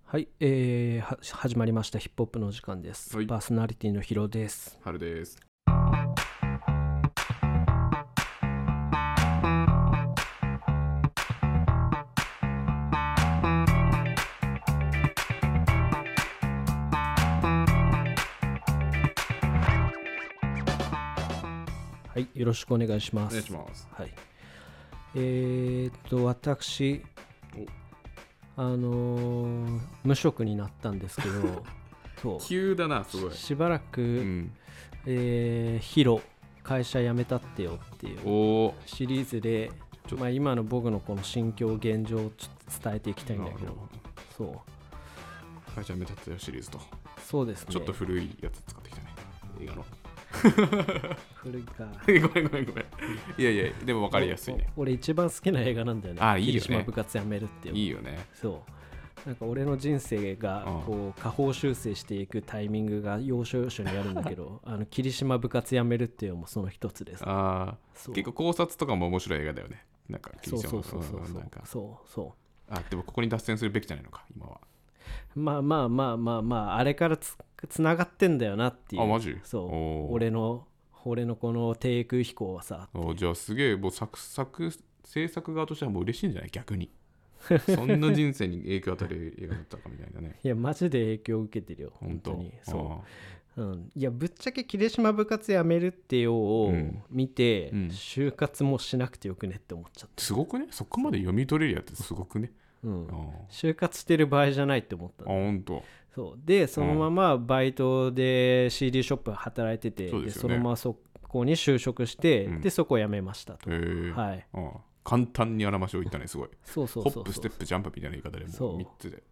はい、始まりましたヒップホップの時間です、 はい、 パーソナリティのヒロです。 春です。 はい、よろしくお願いします。 お願いします。 はい。私無職になったんですけどそう急だな、すごい。 しばらく、 うん。 ヒロ会社辞めたってよっていうおシリーズで、今の僕のこの心境現状をちょっと伝えていきたいんだけど、そう会社辞めたってよシリーズと。 そうですね。 ちょっと古いやつ使ってきたね。映画の。 古いか。 ごめん。いやいや、でも分かりやすいね。 俺一番好きな映画なんだよね。 あ、いいよね。 霧島部活やめるっていう。 いいよね。 そう。なんか俺の人生がこう下方修正していくタイミングが要所要所にあるんだけど霧島部活やめるっていうのもその一つです。 ああ、結構考察とかも面白い映画だよね。なんかそう。 あ、でもここに脱線するべきじゃないのか、今は。 まああれからつながってんだよなっていう。 あ、マジ？ そう俺のこの低空飛行はさ。 じゃあすげえもう制作側としてはもう嬉しいんじゃない？逆に。そんな人生に影響を与える映画だったかみたいなね。 いやマジで影響を受けてるよ本当に。そう、いやぶっちゃけ霧島部活やめるってよを見て、就活もしなくてよくねって思っちゃった。 すごくね。そこまで読み取れるやつすごくね。 就活してる場合じゃないって思ったんだ。 本当。 そうでそのままバイトで CD ショップ働いてて、 そうですよね。 そのままそこに就職して、でそこを辞めましたと。はい。 簡単にあらましを言ったね、すごい。 そうホップステップジャンプみたいな言い方でもう3つで。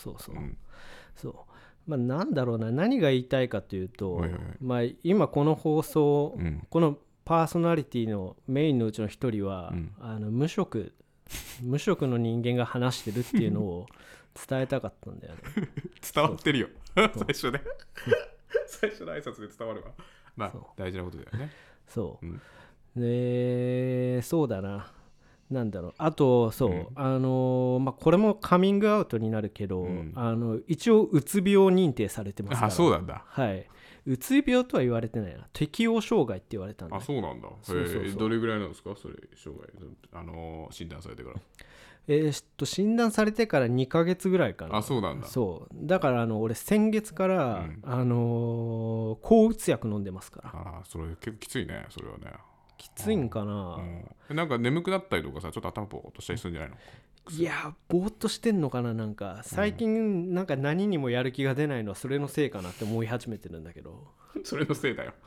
そうなんだろうな、何が言いたいかというと、今この放送、このパーソナリティのメインのうちの一人は、無職の人間が話してるっていうのを伝えたかったんだよね。 伝わってるよ最初ね最初の挨拶で伝わるわ。まあ大事なことだよね。そう、 でそうだな、なんだろう、あとそう、これもカミングアウトになるけど、一応うつ病認定されてますから。 あ、そうなんだ。 はい。うつ病とは言われてないな、適応障害って言われたんだ。 あ、そうなんだ。どれぐらいなんですかそれ、障害診断されてから。 診断されてから2ヶ月ぐらいかな。 あ、そうなんだ。 そうだから俺先月から、抗うつ薬飲んでますから。 あ、それ結構きついね。それはねきついんかな。 なんか眠くなったりとかさ、ちょっと頭ポーっとしたりするんじゃないの？ いやぼーっとしてんのかな。なんか最近なんか何にもやる気が出ないのはそれのせいかなって思い始めてるんだけどそれのせいだよ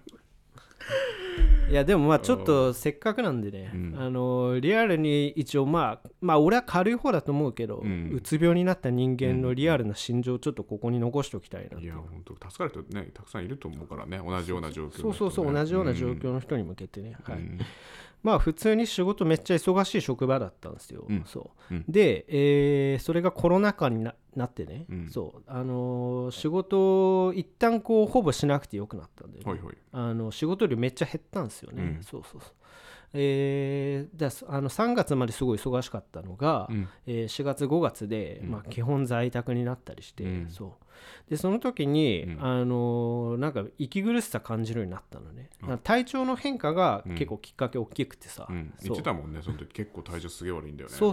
いやでもちょっとせっかくなんでね、リアルに一応俺は軽い方だと思うけど、うつ病になった人間のリアルな心情をちょっとここに残しておきたいなって。 いや本当助かる人ねたくさんいると思うからね、同じような状況の人、 そう同じような状況の人に向けてね、普通に仕事めっちゃ忙しい職場だったんですよ。で、それがコロナ禍になってね、仕事を一旦ほぼしなくてよくなったんで、仕事量めっちゃ減ったんですよね。3月まですごい忙しかったのが、4月5月で、基本在宅になったりして、でその時に、なんか息苦しさ感じるようになったのね。体調の変化が結構きっかけ大きくてさ、 言ってたもんねその時。結構体調すげえ悪いんだよね。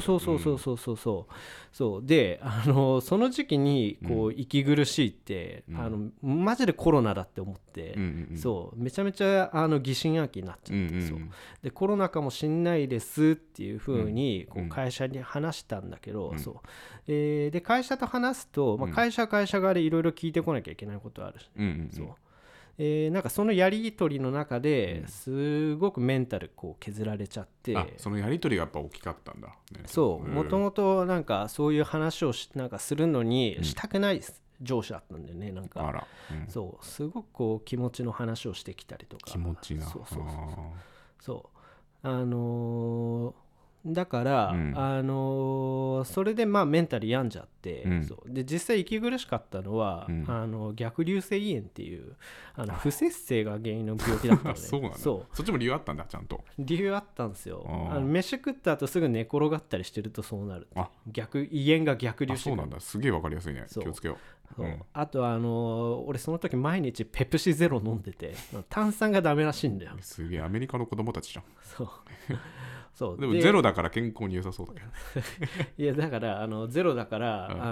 そうでその時期に息苦しいって、マジでコロナだって思って、めちゃめちゃ疑心暗鬼になっちゃって、でコロナかもしんないですっていう風に会社に話したんだけど、で会社と話すと、会社側でいろいろ聞いてこなきゃいけないことあるし、なんかそのやり取りの中ですごくメンタル削られちゃって、 そのやり取りがやっぱ大きかったんだ、ね、 もともとなんかそういう話をなんかするのにしたくない上司だったんでね。なんかすごく気持ちの話をしてきたりとか。 気持ちな。 だから、それでまあメンタル病んじゃって、そうで実際息苦しかったのは、逆流性胃炎っていう不摂生が原因の病気だったのでそうなんだ。そっちも理由あったんだ。ちゃんと理由あったんですよ。飯食った後すぐ寝転がったりしてるとそうなる。胃炎が逆流してくる。 そうなんだ。すげえわかりやすいね。気をつけよう。 あと俺その時毎日ペプシゼロ飲んでて炭酸がダメらしいんだよ。 すげえアメリカの子供たちじゃん。 そうでもゼロだから健康に良さそうだけどいやだからゼロだから、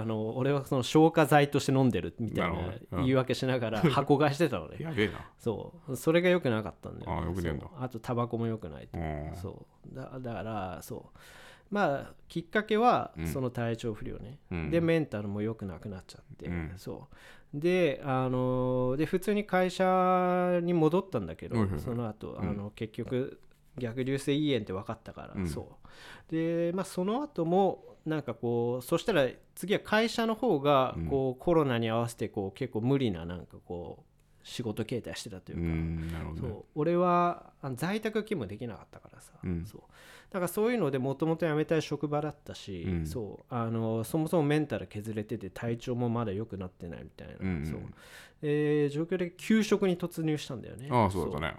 俺はその消化剤として飲んでるみたいな言い訳しながら箱買いしてたのねやべえな。 それが良くなかったんだよ、 よくねえんだ。 あとタバコも良くないと。そうだからまあきっかけはその体調不良ね、でメンタルも良くなくなっちゃって、で普通に会社に戻ったんだけど、その後結局逆流性胃炎って分かったから、でまあその後もなんかこうそしたら次は会社の方がこう、コロナに合わせてこう結構無理ななんかこう仕事形態してたというか、俺は在宅勤務できなかったからさ、だからそういうのでもともと辞めたい職場だったし、そもそもメンタル削れてて体調もまだ良くなってないみたいな、状況で休職に突入したんだよね。 そうだね。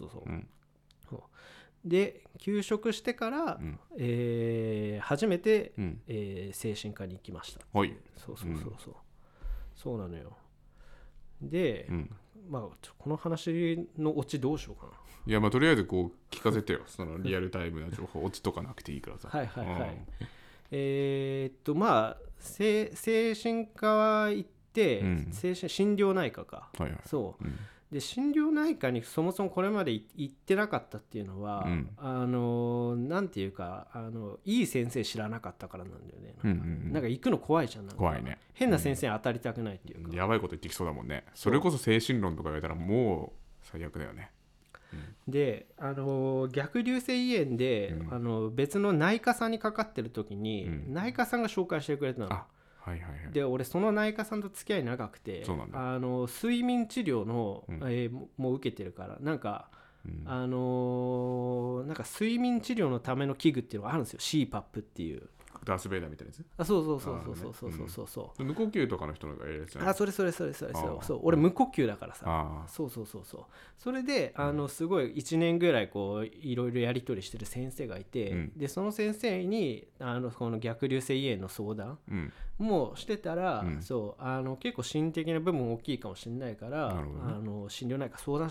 で休職してから、初めて、精神科に行きました。そうなのよ。で、まあこの話のオチどうしようかな。 いやまあとりあえずこう聞かせてよそのリアルタイムな情報オチとかなくていいからさ。 まあ精神科行って、心療内科か、で心療内科にそもそもこれまで行ってなかったっていうのは、なんていうかいい先生知らなかったからなんだよね。なんか行くの怖いじゃん。 怖いね。 変な先生に当たりたくないっていうか、 やばいこと言ってきそうだもんね。それこそ精神論とか言われたらもう最悪だよね。 で逆流性胃炎で、別の内科さんにかかってる時に、内科さんが紹介してくれたの。で俺その内科さんと付き合い長くて、睡眠治療の、もう受けてるからなんか、なんか睡眠治療のための器具っていうのがあるんですよ。 CPAP っていうダース・ベイダーみたいなやつ。 そう無呼吸とかの人のがいるやつじゃない。 それ俺無呼吸だからさ。それですごい1年ぐらいこういろいろやり取りしてる先生がいて、でその先生にこの逆流性胃炎の相談もしてたら、結構心的な部分大きいかもしれないから、心療内科相談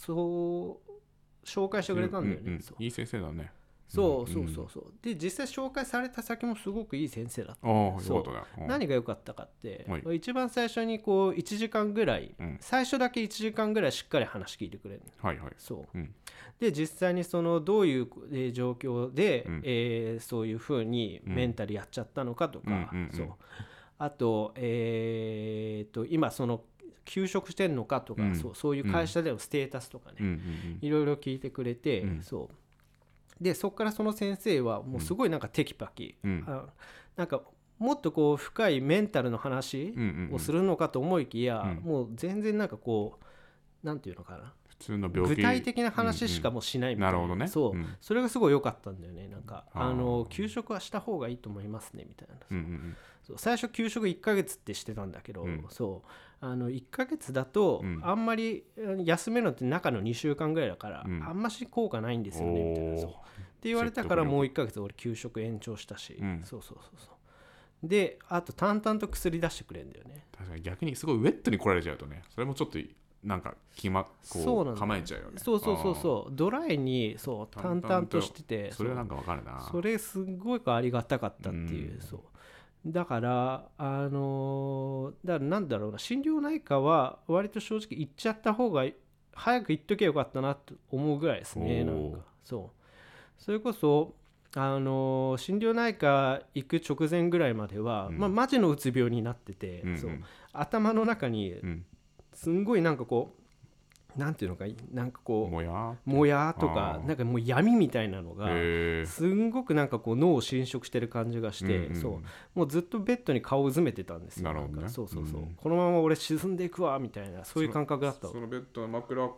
紹介してくれたんだよね。 いい先生だね。 で実際紹介された先もすごくいい先生だった。何が良かったかって、一番最初にこう1時間ぐらい、最初だけ1時間ぐらいしっかり話聞いてくれる。で実際にそのどういう状況で、そういう風にメンタルやっちゃったのかとか、あと今その休職してんのかとか、そういう会社でのステータスとかね、いろいろ聞いてくれて、でそこからその先生はもうすごいなんかテキパキ、なんかもっとこう深いメンタルの話をするのかと思いきや、もう全然なんかこうなんていうのかな、 普通の病気具体的な話しかもうしないみたいな。なるほどね。それがすごい良かったんだよね。なんか休職はした方がいいと思いますねみたいな。最初休職1ヶ月ってしてたんだけど、1ヶ月だとあんまり休めるのって中の2週間ぐらいだから、あんまし効果ないんですよねみたいな。って言われたからもう1ヶ月俺休職延長したし、であと淡々と薬出してくれるんだよね。 確かに逆にすごいウェットに来られちゃうとね、それもちょっとなんかこう構えちゃうよね。 ドライに淡々としてて、 それはなんか分かるな。 それすごいありがたかったっていう。だからなんだろうな、心療内科は割と正直行っちゃった方が早く行っとけばよかったなと思うぐらいですね。なんかそれこそ心療内科行く直前ぐらいまでは、マジのうつ病になってて、頭の中にすんごいなんかこうなんていうのか、なんかこうもやとかなんかもう闇みたいなのがすんごくなんかこう脳を侵食してる感じがして、もうずっとベッドに顔をうずめてたんですよ。このまま俺沈んでいくわみたいな、そういう感覚だった。 そのベッドの枕はこう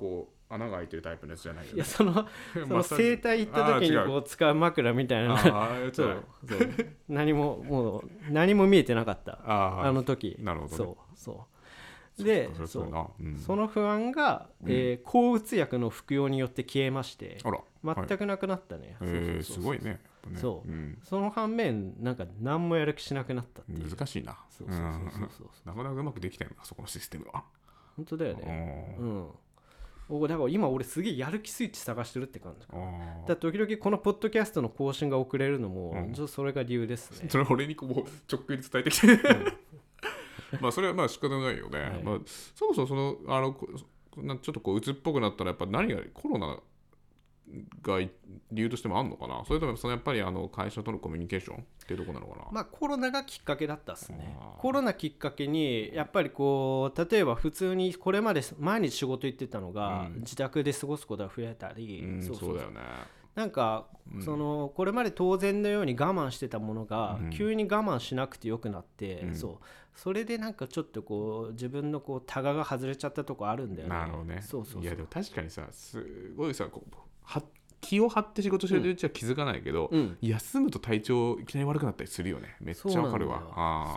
穴が開いてるタイプのやつじゃないよね。 いやその整体行った時にこう使う枕みたいなそう何も見えてなかったあの時。 なるほど、ね、 そうでその不安が、抗うつ薬の服用によって消えまして、全くなくなったね。 すごいね。 そう、その反面なんか何もやる気しなくなったっていう。 難しいな。なかなかうまくできたよなそこのシステムは。 本当だよね。だから今俺すげえやる気スイッチ探してるって感じ。だから時々このポッドキャストの更新が遅れるのも、それが理由ですね。 それ俺にこう直球に伝えてきてまあそれはまあ仕方ないよね。まあ、そもそもちょっとこう鬱っぽくなったらやっぱ何がコロナが理由としてもあるのかな。それともやっぱり会社とのコミュニケーションっていうところなのかな。 まあコロナがきっかけだったっすね。コロナきっかけにやっぱりこう例えば普通にこれまで毎日仕事行ってたのが、自宅で過ごすことが増えたり、 そうだよね。 なんかこれまで当然のように我慢してたものが急に我慢しなくてよくなって、それでなんかちょっとこう自分のこうタガが外れちゃったとこあるんだよね。 なるほどね。いやでも確かにさすごいさ気を張って仕事してるうちは気づかないけど、休むと体調いきなり悪くなったりするよね。めっちゃわかるわ。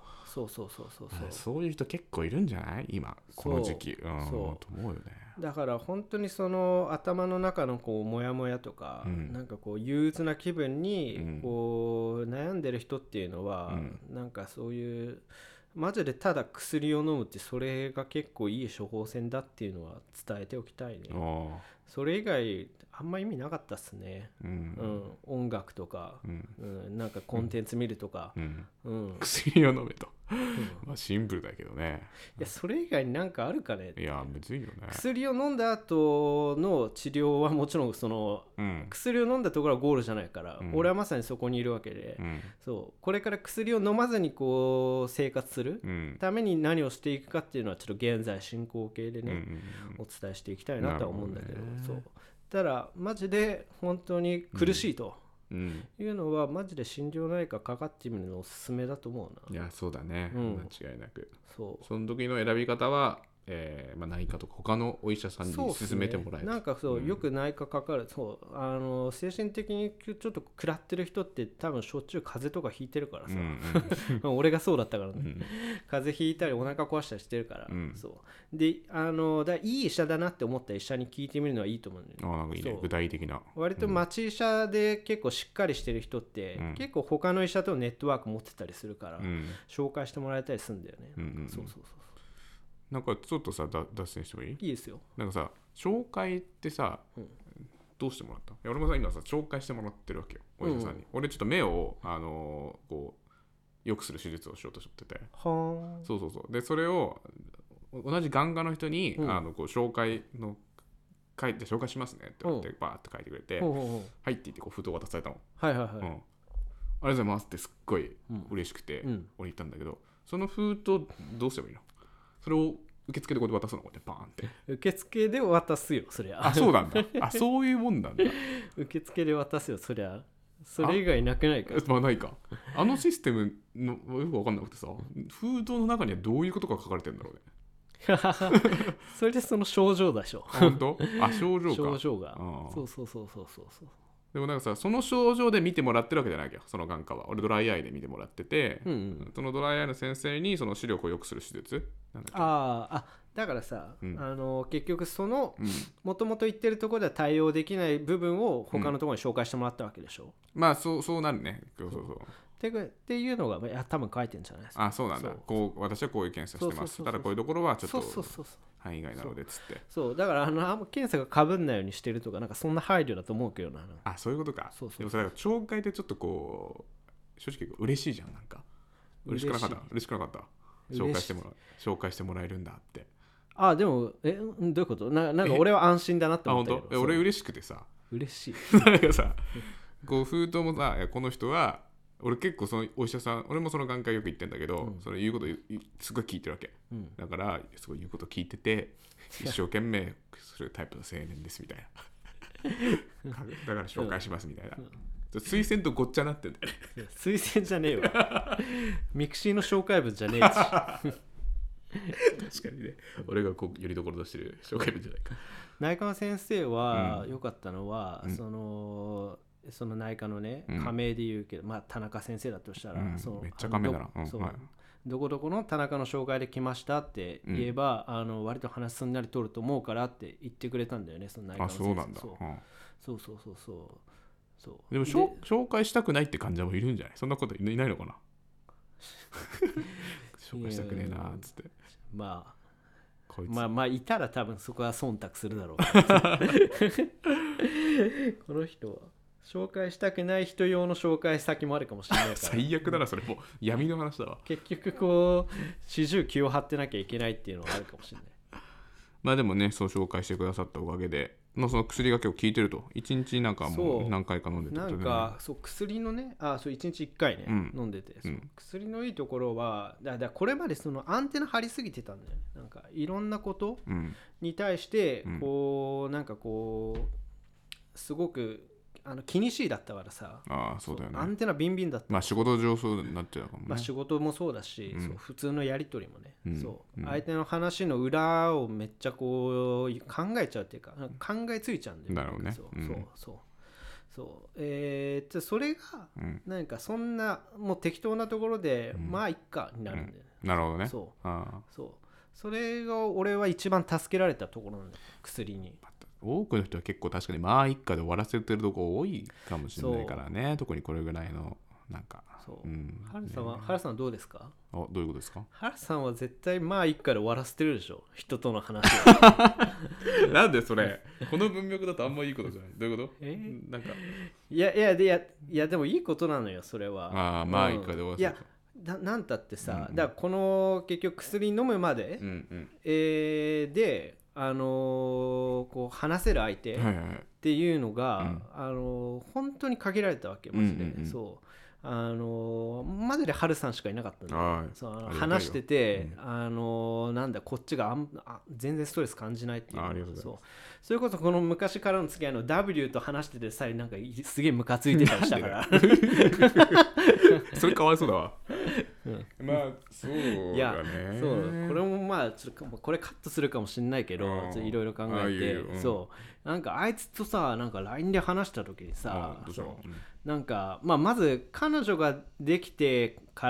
そういう人結構いるんじゃない今この時期。と思うよね。 だから本当にその頭の中のこうモヤモヤとか、なんかこう憂鬱な気分にこう悩んでる人っていうのは、なんかそういうマジでただ薬を飲むってそれが結構いい処方箋だっていうのは伝えておきたいね。それ以外あんま意味なかったっすね。音楽とか、なんかコンテンツ見るとか、 薬を飲めとまあシンプルだけどね。 いやそれ以外になんかあるかね。 いやむずいよね。 薬を飲んだ後の治療はもちろん薬を飲んだところはゴールじゃないから、俺はまさにそこにいるわけで、これから薬を飲まずにこう生活するために何をしていくかっていうのはちょっと現在進行形でね、お伝えしていきたいなとは思うんだけど、ただマジで本当に苦しいというのは、マジで心療内科かかってみるのおすすめだと思うな。 いやそうだね、間違いなく。その時の選び方は内科とか他のお医者さんに勧めてもらえる。 なんかよく内科かかる。精神的にちょっと食らってる人って多分しょっちゅう風邪とかひいてるからさ、俺がそうだったからね、風邪ひいたりお腹壊したりしてるから、でいい医者だなって思った医者に聞いてみるのはいいと思うんだよね。 なんかいいね、具体的な。 割と町医者で結構しっかりしてる人って、結構他の医者とネットワーク持ってたりするから、紹介してもらえたりするんだよね。 なんかちょっとさ脱線してもいい？ いいですよ。 なんかさ紹介ってさ、どうしてもらった？いや俺もさ今さ紹介してもらってるわけよ、お医者さんに。俺ちょっと目をこう良くする手術をしようとしてて、そうでそれを同じ眼科の人に、こう紹介書いて紹介しますねって言ってバーって書いてくれて、はいって言ってこう封筒渡されたの。ありがとうございますってすっごい嬉しくて、俺言ったんだけど、その封筒どうすればいいの？それを受付でこうやって渡すの？こうやってパーンって。 受付で渡すよそりゃ。 そうなんだ。そういうもんなんだ。 受付で渡すよそりゃ。それ以外なくないか。 まあないか。システムのよく分かんなくてさ、封筒の中にはどういうことが書かれてるんだろうね。 それでその症状でしょ。 本当？症状か。 症状が。そう。 でもなんかさ、その症状で見てもらってるわけじゃないけど、その眼科は。俺ドライアイで見てもらってて、そのドライアイの先生にその視力を良くする手術なんだっけ。 だからさ、結局そのもともと言ってるところでは対応できない部分を他のところに紹介してもらったわけでしょ。 まあそうなるね。そうっていうのが多分書いてるんじゃないですか。 そうなんだ。私はこういう検査してます。ただこういうところはちょっと範囲外なのでつって。 そうだから検査がかぶんないようにしてるとかなんかそんな配慮だと思うけどな。 そういうことか。でもさ、紹介ってちょっとこう正直嬉しいじゃん。なんか嬉しくなかった。紹介してもらえるんだって。 でもどういうこと？なんか俺は安心だなって思ったけど。 本当？俺嬉しくてさ。 嬉しい。 なんかさ、こう封筒もさ、この人は俺結構そのお医者さん、俺もその眼科よく行ってんだけど、その言うことすごい聞いてるわけ。だからすごい言うこと聞いてて、一生懸命するタイプの青年ですみたいな。だから紹介しますみたいな。推薦とごっちゃなってんだよね。 推薦じゃねえわ。ミクシーの紹介文じゃねえし。 確かにね、俺がこうよりどころ出してる紹介文じゃないか。 内科の先生は良かったのは、その内科のね、仮名で言うけど、まあ田中先生だとしたら、 めっちゃ仮名だな。 どこどこの田中の紹介で来ましたって言えば、割と話すんなり取ると思うからって言ってくれたんだよね、その内科の先生。 そうなんだ。 そうでも紹介したくないって患者もいるんじゃない？そんなこといないのかな。紹介したくねえなーっつって。 まあいたら多分そこは忖度するだろう。この人は紹介したくない人用の紹介先もあるかもしれないから最悪だな、それもう闇の話だわ。 結局こう四十気を張ってなきゃいけないっていうのはあるかもしれない。 まあでもね、そう紹介してくださったおかげで、その薬が結構効いてると。1日なんかもう何回か飲んでて、 なんかそう薬のね、そう1日1回ね、飲んでて、薬のいいところはだこれまでそのアンテナ張りすぎてたんだよね。なんかいろんなことに対してこう、なんかこうすごく気にしいだったからさ。 そうだよね。 アンテナビンビンだった。 まあ仕事上そうなっちゃうかもね。 まあ仕事もそうだし、そう普通のやり取りもね、相手の話の裏をめっちゃこう考えちゃうっていうか、考えついちゃうんだよね。 なるほどね。 それがなんかそんなもう適当なところで、まあいっかになるんだよね。 なるほどね。 それが俺は一番助けられたところなんだよ、薬に。 多くの人は結構確かにまあ一家で終わらせてるとこ多いかもしれないからね。特にこれぐらいのなんか。 原さんはどうですか？ どういうことですか？ 原さんは絶対まあ一家で終わらせてるでしょ、人との話なんでそれこの文脈だとあんまいいことじゃない。どういうこと？なんかいやでもいいことなのよそれは。 まあ一家で終わらせる。 なんたってさ、だからこの結局薬飲むまで、でこう話せる相手っていうのが、本当に限られたわけマジで。マジでハルさんしかいなかったんだよ。話してて、なんだこっちが全然ストレス感じないっていう。それこそこの昔からの付き合いの W と話しててさえなんかすげえムカついてたりしたからそれかわいそうだわ。まあそうだね。 いやそうこれもまあちょっとこれカットするかもしれないけど、いろいろ考えて、そうなんかあいつとさなんか LINE で話した時にさ、なんかまず彼女ができてから、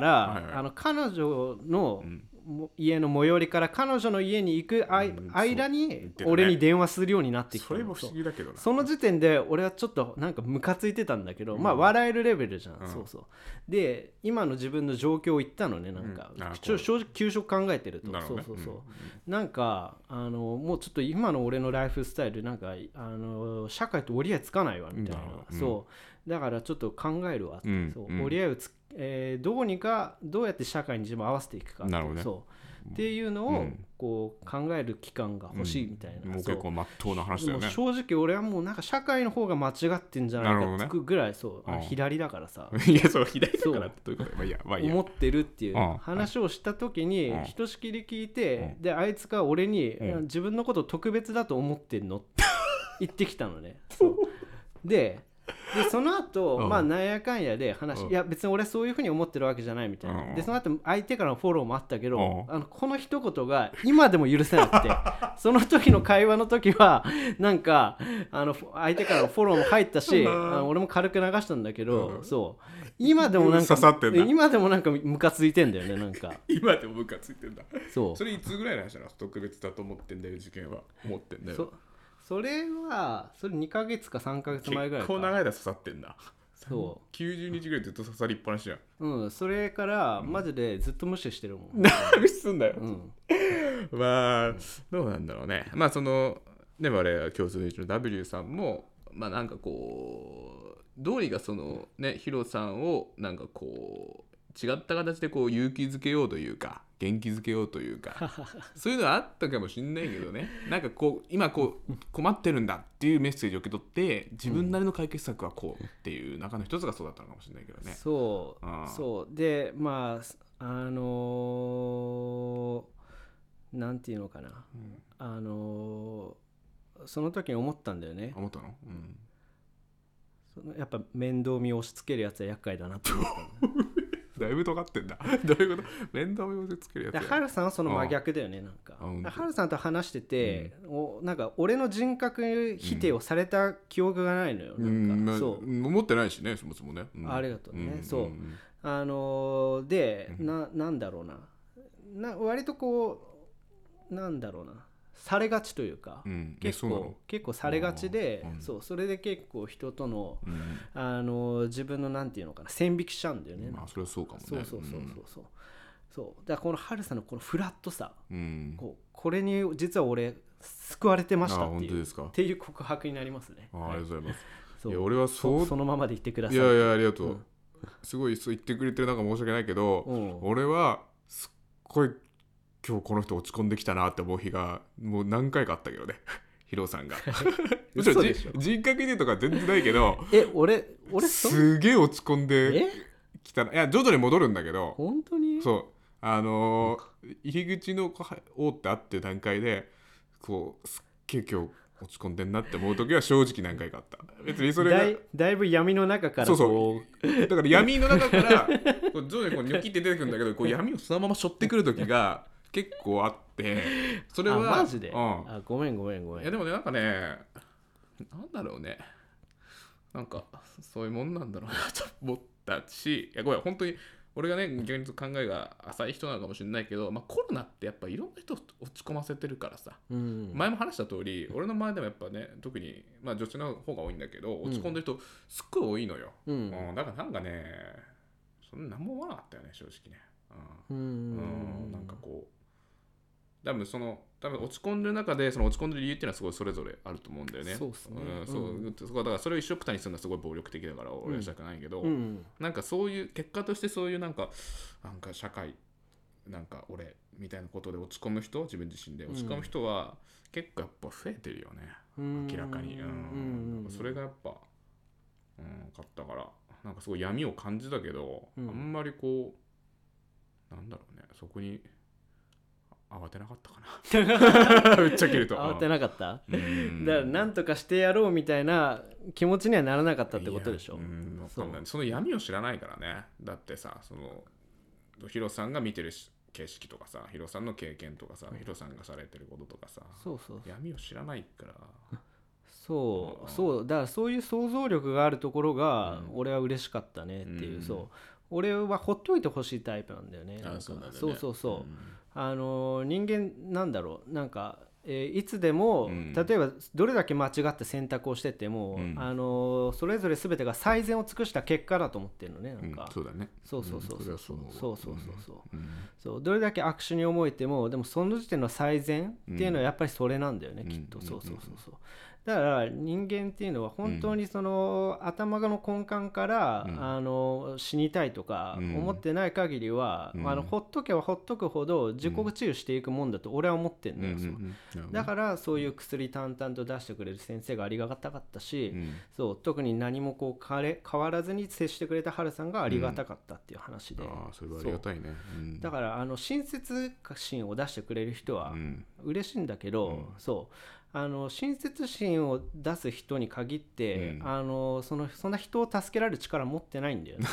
彼女の家の最寄りから彼女の家に行く間に俺に電話するようになってきた。 それも不思議だけどな。 その時点で俺はちょっとなんかムカついてたんだけど、まあ笑えるレベルじゃん。で今の自分の状況を言ったのね。なんか正直休職考えてると。なんかもうちょっと今の俺のライフスタイルなんか社会と折り合いつかないわみたいな。そうだからちょっと考えるわって。折り合いをどうやって社会に自分を合わせていくかっていうのをこう考える期間が欲しいみたいな。 もう結構まっとうな話だよね。 正直俺はもうなんか社会の方が間違ってんじゃないかってぐらい左だからさ。 いやそう左だからってどういうこと？まあいいや思ってるっていう話をした時にひとしきり聞いて、であいつが俺に自分のこと特別だと思ってんのって言ってきたのね。でその後、まあなんやかんやで話、いや別に俺そういうふうに思ってるわけじゃないみたいな。でその後相手からのフォローもあったけど、この一言が今でも許せなくてその時の会話の時はなんか相手からのフォローも入ったし俺も軽く流したんだけど、そう今でもなんか今でもなんかムカついてんだよね。なんか今でもムカついてんだ。それいつぐらいの話なの？特別だと思ってんだよ事件は。思ってんだよ。 それ2ヶ月か3ヶ月前ぐらいか。 結構長い間刺さってんだ。 そう 90日ぐらいずっと刺さりっぱなしじゃん。それからマジでずっと無視してるもん。 無視すんだよ。まあどうなんだろうね。まあそのね我々共通の一の W さんもまあなんかこうどうにかそのねヒロさんをなんかこう違った形でこう勇気づけようというか元気づけようというかそういうのはあったかもしれないけどね。なんかこう今こう困ってるんだっていうメッセージを受け取って自分なりの解決策はこうっていう中の一つがそうだったのかもしれないけどね。 そうでまあなんていうのかな、その時に思ったんだよね。 思ったの？ やっぱ面倒見を押し付けるやつは厄介だなって思ったんだだいぶ尖ってんだどういうこと面倒見をつけるやつや。 ハルさんはその真逆だよね。なんかハルさんと話してて、なんか俺の人格否定をされた記憶がないのよ。なんかそう思ってないしね、そもそもね。 ありがとうね。そうでなんだろうな、割とこうなんだろうな、されがちというか、結構されがちで、それで結構人との、自分のなんていうのかな、線引きしちゃうんだよね。 それはそうかもね。 そうだからこのハルさんのこのフラットさ、これに実は俺救われてましたっていう告白になりますね。 ありがとうございます。いや俺はそのままで言ってください。 いやありがとう。すごいそう言ってくれてる、なんか申し訳ないけど、俺はすっごい今日この人落ち込んできたなって思う日がもう何回かあったけどねヒロさんがもちろん人格否定とか全然ないけど俺すげえ落ち込んできたな。いや徐々に戻るんだけど、 本当にそう入り口の王ってあって段階でこうすっげえ今日落ち込んでんなって思う時は正直何回かあった。別にそれがだいぶ闇の中からそうだから闇の中からこう徐々にこうニョキって出てくるんだけど、こう闇をそのまま背負ってくる時が結構あって、それはマジで、ごめん。 いやでもね、なんかね、なんだろうね、なんかそういうもんなんだろうなと思ったし、いやごめん本当に俺がね逆に考えが浅い人なのかもしれないけど、コロナってやっぱいろんな人を落ち込ませてるからさ、前も話した通り俺の周りでもやっぱね、特に女子の方が多いんだけど落ち込んでる人すっごい多いのよ。だからなんかね、そんな何も思わなかったよね正直ね。なんかこう多分落ち込んでる中でその落ち込んでる理由っていうのはすごいそれぞれあると思うんだよね。 そうっすね。 そこだからそれを一緒くたにするのはすごい暴力的だから俺はしたくないけど、なんかそういう結果としてそういうなんか社会なんか俺みたいなことで落ち込む人、自分自身で落ち込む人は結構やっぱ増えてるよね、明らかに。それがやっぱかったからなんかすごい闇を感じたけど、あんまりこうなんだろうね、そこに慌てなかったかなぶっちゃけると慌てなかっただからなんとかしてやろうみたいな気持ちにはならなかったってことでしょ。 その闇を知らないからね。だってさ、そのヒロさんが見てる景色とかさ、ヒロさんの経験とかさ、ヒロさんがされてることとかさ、闇を知らないから。 そうだからそういう想像力があるところが俺は嬉しかったねっていう、俺はほっといてほしいタイプなんだよね。人間なんだろう、なんか、いつでも、例えばどれだけ間違った選択をしてても、それぞれ全てが最善を尽くした結果だと思ってるのね。なんか、 そうだね。 どれだけ悪手に思えてもでもその時点の最善っていうのはやっぱりそれなんだよね、きっと。だから人間っていうのは本当にその頭の根幹から、死にたいとか思ってない限りは、ほっとけばほっとくほど自己治癒していくもんだと俺は思ってるのよ。だからそういう薬淡々と出してくれる先生がありがたかったし、特に何もこう変わらずに接してくれた春さんがありがたかったっていう話で、 それはありがたいね。 だから親切心を出してくれる人は嬉しいんだけど、親切心を出す人に限って、そんな人を助けられる力持ってないんだよね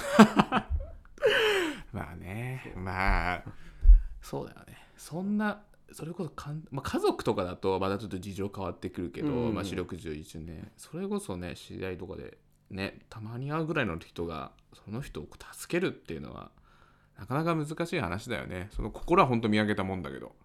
まあね、そうだよね。それこそ家族とかだとまだちょっと事情変わってくるけど、四六時中一緒ね、それこそね知り合いとかでねたまに会うぐらいの人がその人を助けるっていうのはなかなか難しい話だよね。その心は本当見上げたもんだけど。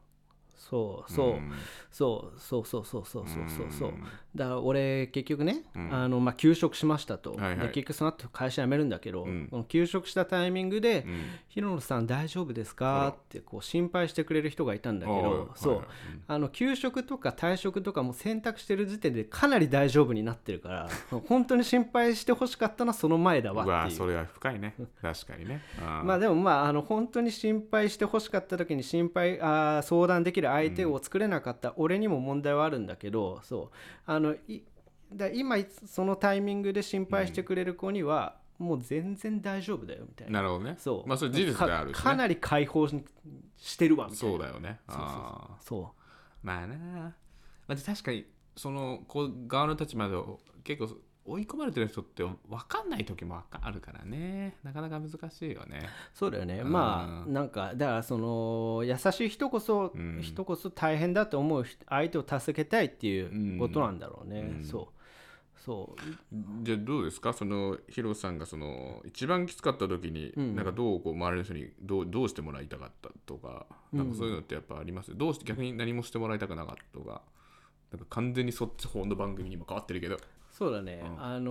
だから俺結局ね、休職しましたと、で結局その後会社辞めるんだけど、この休職したタイミングで「平野さん大丈夫ですか?」ってこう心配してくれる人がいたんだけど、休職とか退職とかも選択してる時点でかなり大丈夫になってるから本当に心配してほしかったのはその前だわっていう。 それは深いね。確かにね。 でも本当に心配してほしかった時に相談できる相手を作れなかった俺にも問題はあるんだけど、今そのタイミングで心配してくれる子にはもう全然大丈夫だよみたいな。 なるほどね。それ事実であるしね。 かなり解放してるわみたいな。 そうだよね。まあな、確かにその子側の立場で結構追い込まれてる人って分かんない時もあるからね、なかなか難しいよね。 そうだよね、まあなんかだからその優しい人こそ、大変だと思う相手を助けたいっていうことなんだろうね、そうじゃあどうですか、そのヒロさんがその一番きつかった時に、なんかどうこう周りの人にどうしてもらいたかったとか、なんかそういうのってやっぱあります？どうして逆に何もしてもらいたくなかったとか、なんか完全にそっち方の番組にも変わってるけど。 そうだね、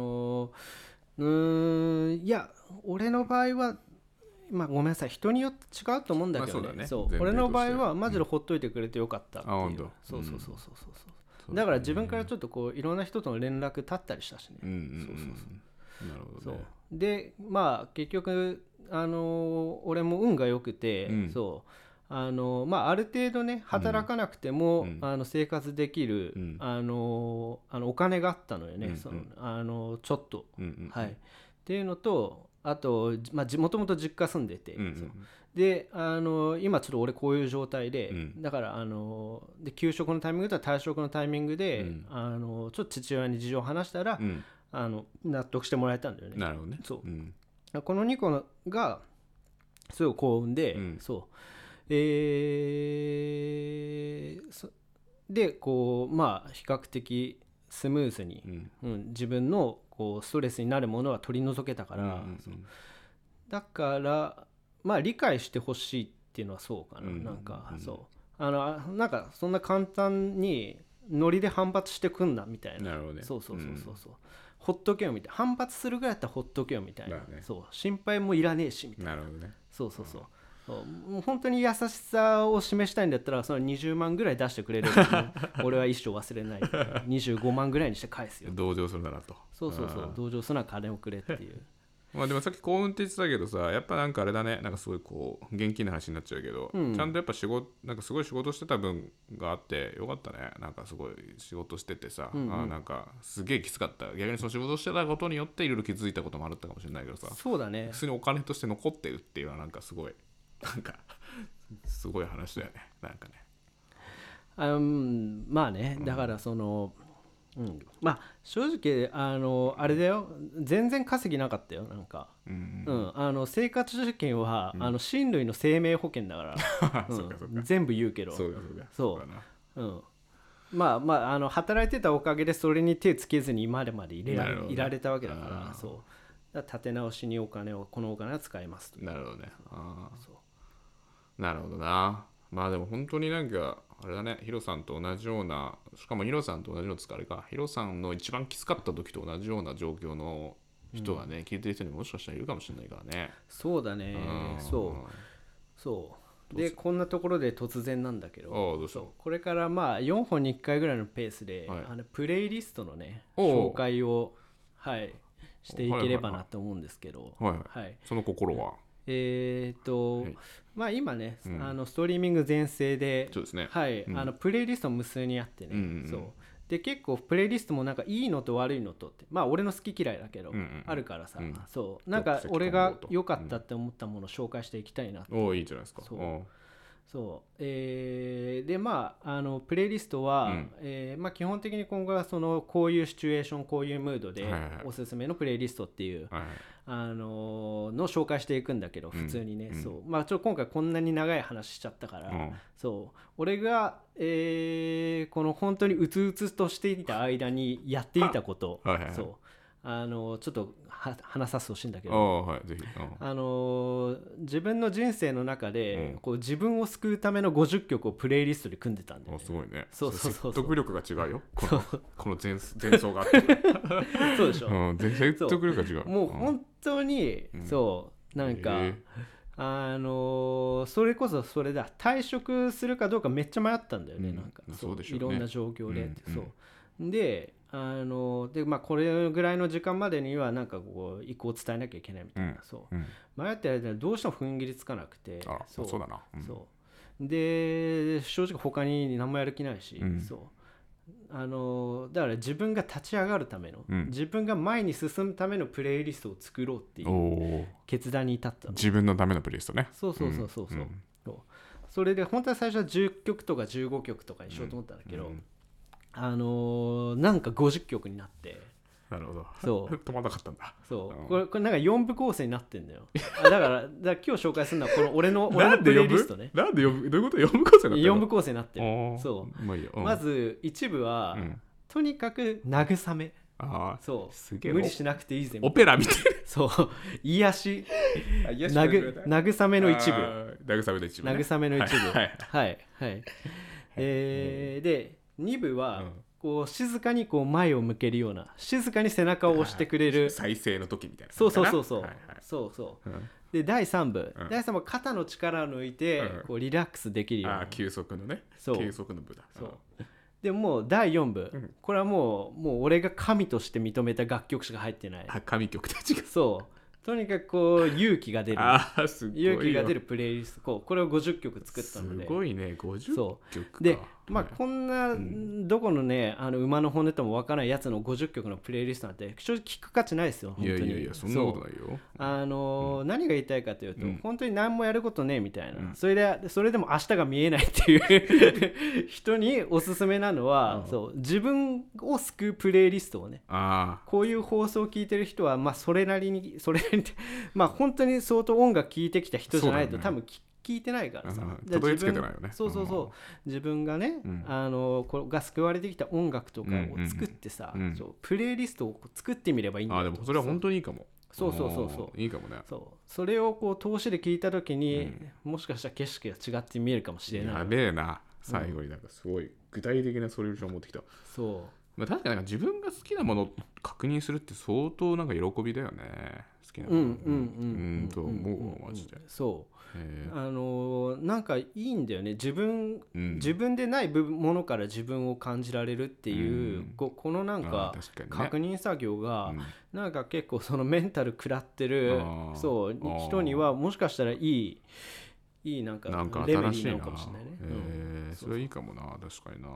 いや俺の場合はまあごめんなさい、人によって違うと思うんだけどね、そう俺の場合はマジでほっといてくれてよかったっていう、そうだから自分からちょっとこういろんな人との連絡立ったりしたしね、 なるほどね。 でまあ結局俺も運が良くて、まあ、ある程度ね働かなくても、生活できる、お金があったのよね、ちょっと、はい、っていうのと、あと、もともと実家住んでて、で今ちょっと俺こういう状態で、だからで給食のタイミングと退職のタイミングで、ちょっと父親に事情を話したら、納得してもらえたんだよね。 なるほどね。 そう、この2個がすごい幸運で、でこうまあ比較的スムーズに、自分のこうストレスになるものは取り除けたから、だからまあ理解してほしいっていうのはそうかな、なんかなんかそんな簡単にノリで反発してくんなみたいな、そうほっとけよみたいな、反発するぐらいだったらほっとけよみたいな、そう心配もいらねえしみたいな、そうもう本当に優しさを示したいんだったらその20万ぐらい出してくれる俺は一生忘れない25万ぐらいにして返すよ、 同情するならと。 同情するなら金をくれっていうまあでもさっき幸運って言ってたけどさ、やっぱなんかあれだね、なんかすごいこう現金の話になっちゃうけど、ちゃんとやっぱなんかすごい仕事してた分があってよかったね。なんかすごい仕事しててさ、なんかすげえきつかった。逆にその仕事してたことによっていろいろ気づいたこともあったかもしれないけどさ、 そうだね、 普通にお金として残ってるっていうのはなんかすごいなんかすごい話だよね、なんかね。 まあね、だからその、まあ正直あれだよ、全然稼ぎなかったよ、なんか、生活保険は、親類の生命保険だから全部言うけど、まあ働いてたおかげでそれに手つけずに今までいられたわけだから、だから立て直しにこのお金は使いますと。 なるほどね。なるほどな。まあでも本当になんかあれだね、ヒロさんと同じような、しかもヒロさんと同じような疲れか、ヒロさんの一番きつかった時と同じような状況の人がね、聞いてる人にもしかしたらいるかもしれないからね。 そうだね、でこんなところで突然なんだけど、これからまあ4本に1回ぐらいのペースで、プレイリストのね紹介を、していければなと思うんですけど、 その心はまあ今ね、ストリーミング全盛で、プレイリスト無数にあってね、で結構プレイリストもなんかいいのと悪いのとって、まあ俺の好き嫌いだけど、あるからさ、なんか俺が良かったって思ったものを紹介していきたいなって。 いいじゃないですか。 でまあプレイリストは、まあ基本的に今後はこういうシチュエーション、こういうムードでおすすめのプレイリストっていう、の紹介していくんだけど、普通にね、まあちょっと今回こんなに長い話しちゃったから、俺が、この本当にうつうつとしていた間にやっていたこと、ちょっと話させてほしいんだけど、 ぜひ。 自分の人生の中で、こう自分を救うための50曲をプレイリストで組んでたんだよね。 すごいね。 説得力が違うよ、この前奏があってそうでしょ、 説得力が違う。 もう本当に、なんかそれこそそれだ、退職するかどうかめっちゃ迷ったんだよね、なんかいろんな状況で、でまあこれぐらいの時間までにはなんかこう意向を伝えなきゃいけないみたいな、迷ってる間にどうしても踏ん切りつかなくて、 そうだな、 で正直他に何もやる気ないし、だから自分が立ち上がるための、自分が前に進むためのプレイリストを作ろうっていう決断に至ったの。 自分のためのプレイリストね。 それで本当は最初は10曲とか15曲とかにしようと思ったんだけど、なんか50曲になって、 なるほど。 そう止まらなかったんだ。 そうこれなんか4部構成になってんだよ。だから今日紹介するのはこの俺のプレイリストね。 なんで4部どういうこと ?4 部構成になってるの？ 4部構成になってる。そう、 まあいいよ、 まず1部は、とにかく慰め。そうすげえ無理しなくていいぜ。 オペラみたいな。 そう癒し慰めの一部。 慰めの一部、ね。 慰めの一部。はいはい。で2部は、こう静かにこう前を向けるような、静かに背中を押してくれる再生の時みたいな。 そう、で第3部、第3部は肩の力を抜いて、こうリラックスできるような、 休息のね。休息の部だ。 そうでもう第4部、これはもう俺が神として認めた楽曲しか入ってない。 神曲たちが。 そうとにかくこう勇気が出るすごい勇気が出るプレイリスト、これを50曲作ったので。 すごいね、50曲か。 でまあこんなどこのね馬の骨ともわからないやつの50曲のプレイリストなんて正直聞く価値ないですよ本当に。 いやそんなことないよ。 何が言いたいかというと、本当に何もやることねえみたいな、それでも明日が見えないっていう人におすすめなのは、そう自分を救うプレイリストをね、こういう放送を聞いてる人はまあそれなりにまあ本当に相当音楽聴いてきた人じゃないと、多分聞いてないからさ、 たどり着けてないよね。 そう自分がね、これが救われてきた音楽とかを作ってさ、そうプレイリストを作ってみればいいんだよ。 でもそれは本当にいいかも。 そういいかもね。 それをこう通しで聞いた時に、もしかしたら景色が違って見えるかもしれない。 やべえな、最後になんかすごい具体的なソリューションを持ってきた。まあ、確かに自分が好きなものを確認するって相当なんか喜びだよね。好きなものと思うマジで。 なんかいいんだよね。自分でないものから自分を感じられるっていう、このなんか確認作業がなんか結構そのメンタル食らってる人にはもしかしたらいいなんかレメディーなのかもしれないね。 それいいかもな、確かにな。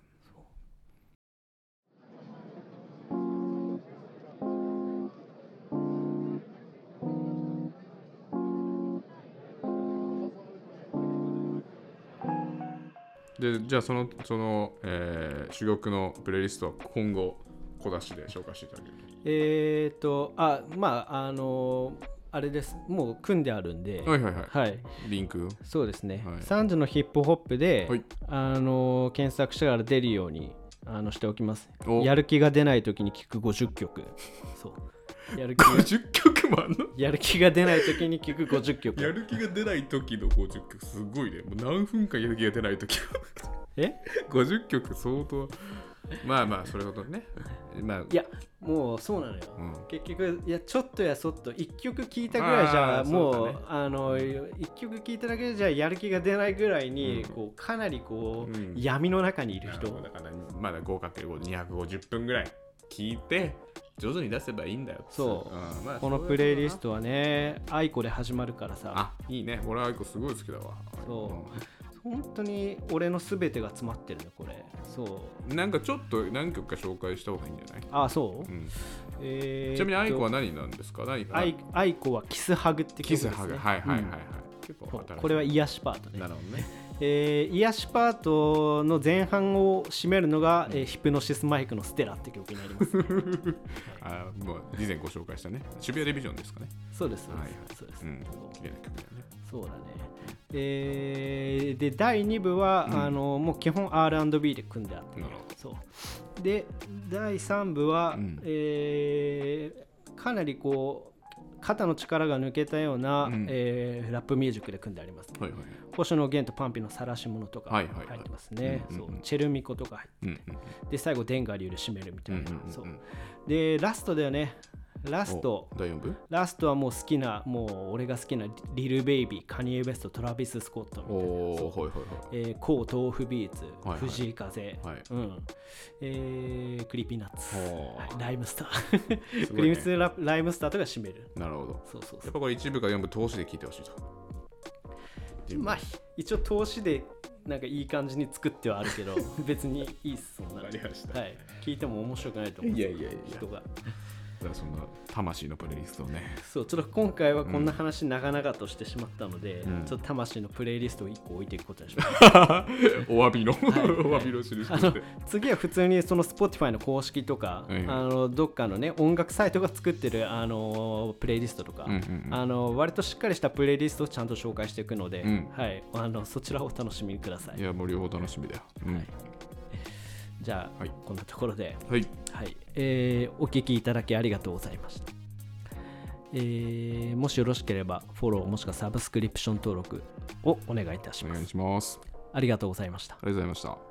でじゃあその珠玉のプレイリストは今後小出しで紹介していただけると。 まああれです、もう組んであるんで、リンクそうですね、3時のヒップホップで、検索したら出るようにしておきます。やる気が出ないときに聴く50曲。そう 50曲もあんの？ やる気が出ないときに聴く50曲。 やる気が出ないときの50曲すごいね。もう何分間やる気が出ないとき50曲相当。まあそれほどね。 いやもうそうなのよ、結局ちょっとやそっと1曲聴いたぐらいじゃもう1曲聴いただけじゃやる気が出ないぐらいに、こうかなりこう、闇の中にいる人だから、まだ 5×5 250分ぐらい聴いて上手に出せばいいんだよ。 このプレイリストはねアイコで始まるからさ。 いいね、俺アイコすごい好きだわ。 本当に俺のすべてが詰まってるねこれ。 なんかちょっと何曲か紹介した方がいいんじゃない？ そう、 ちなみにアイコは何なんですか？ アイコはキスハグって曲ですね。 キスハグ、結構これは癒しパートね。 なるほどね。 癒しパートの前半を締めるのが、ヒプノシスマイクのステラって曲になります、ね。 もう以前ご紹介したね。渋谷デビジョンですかね。 そうです。 そうです。綺麗な曲だよね。 そうだね。で第2部は、もう基本 R&B で組んであって、そうで第3部は、かなりこう肩の力が抜けたような、ラップミュージックで組んであります、星野源とパンピの晒し者とか入ってますね。チェルミコとか入って、で最後デンガリューで締めるみたいな。でラストだよね。ラストはもう好きな、もう俺が好きなリルベイビー、カニエ・ウェスト、トラビス・スコットみたいな、コー・豆腐ビーツ、藤井風、クリーピーナッツ、ライムスタークリームスライムスターとか締める。 なるほど。やっぱこれ1部か4部通しで聞いてほしいと。 まあ一応通しでなんかいい感じに作ってはあるけど別にいいっす。そんな聞いても面白くないと思う。人がそんな魂のプレイリストをね。 そう、ちょっと今回はこんな話長々としてしまったので、ちょっと魂のプレイリストを1個置いていくことにしました。 お詫びの、はい、お詫びの印として。 次は普通にその Spotify の公式とか、どっかのね、音楽サイトが作ってるプレイリストとか、割としっかりしたプレイリストをちゃんと紹介していくので、はい、そちらをお楽しみください。 いや、もう両方楽しみだよ。はい、 じゃあ、こんなところで、 はいはい、お聞きいただきありがとうございました。もしよろしければフォローもしくはサブスクリプション登録をお願いいたします。 お願いします。 ありがとうございました。 ありがとうございました。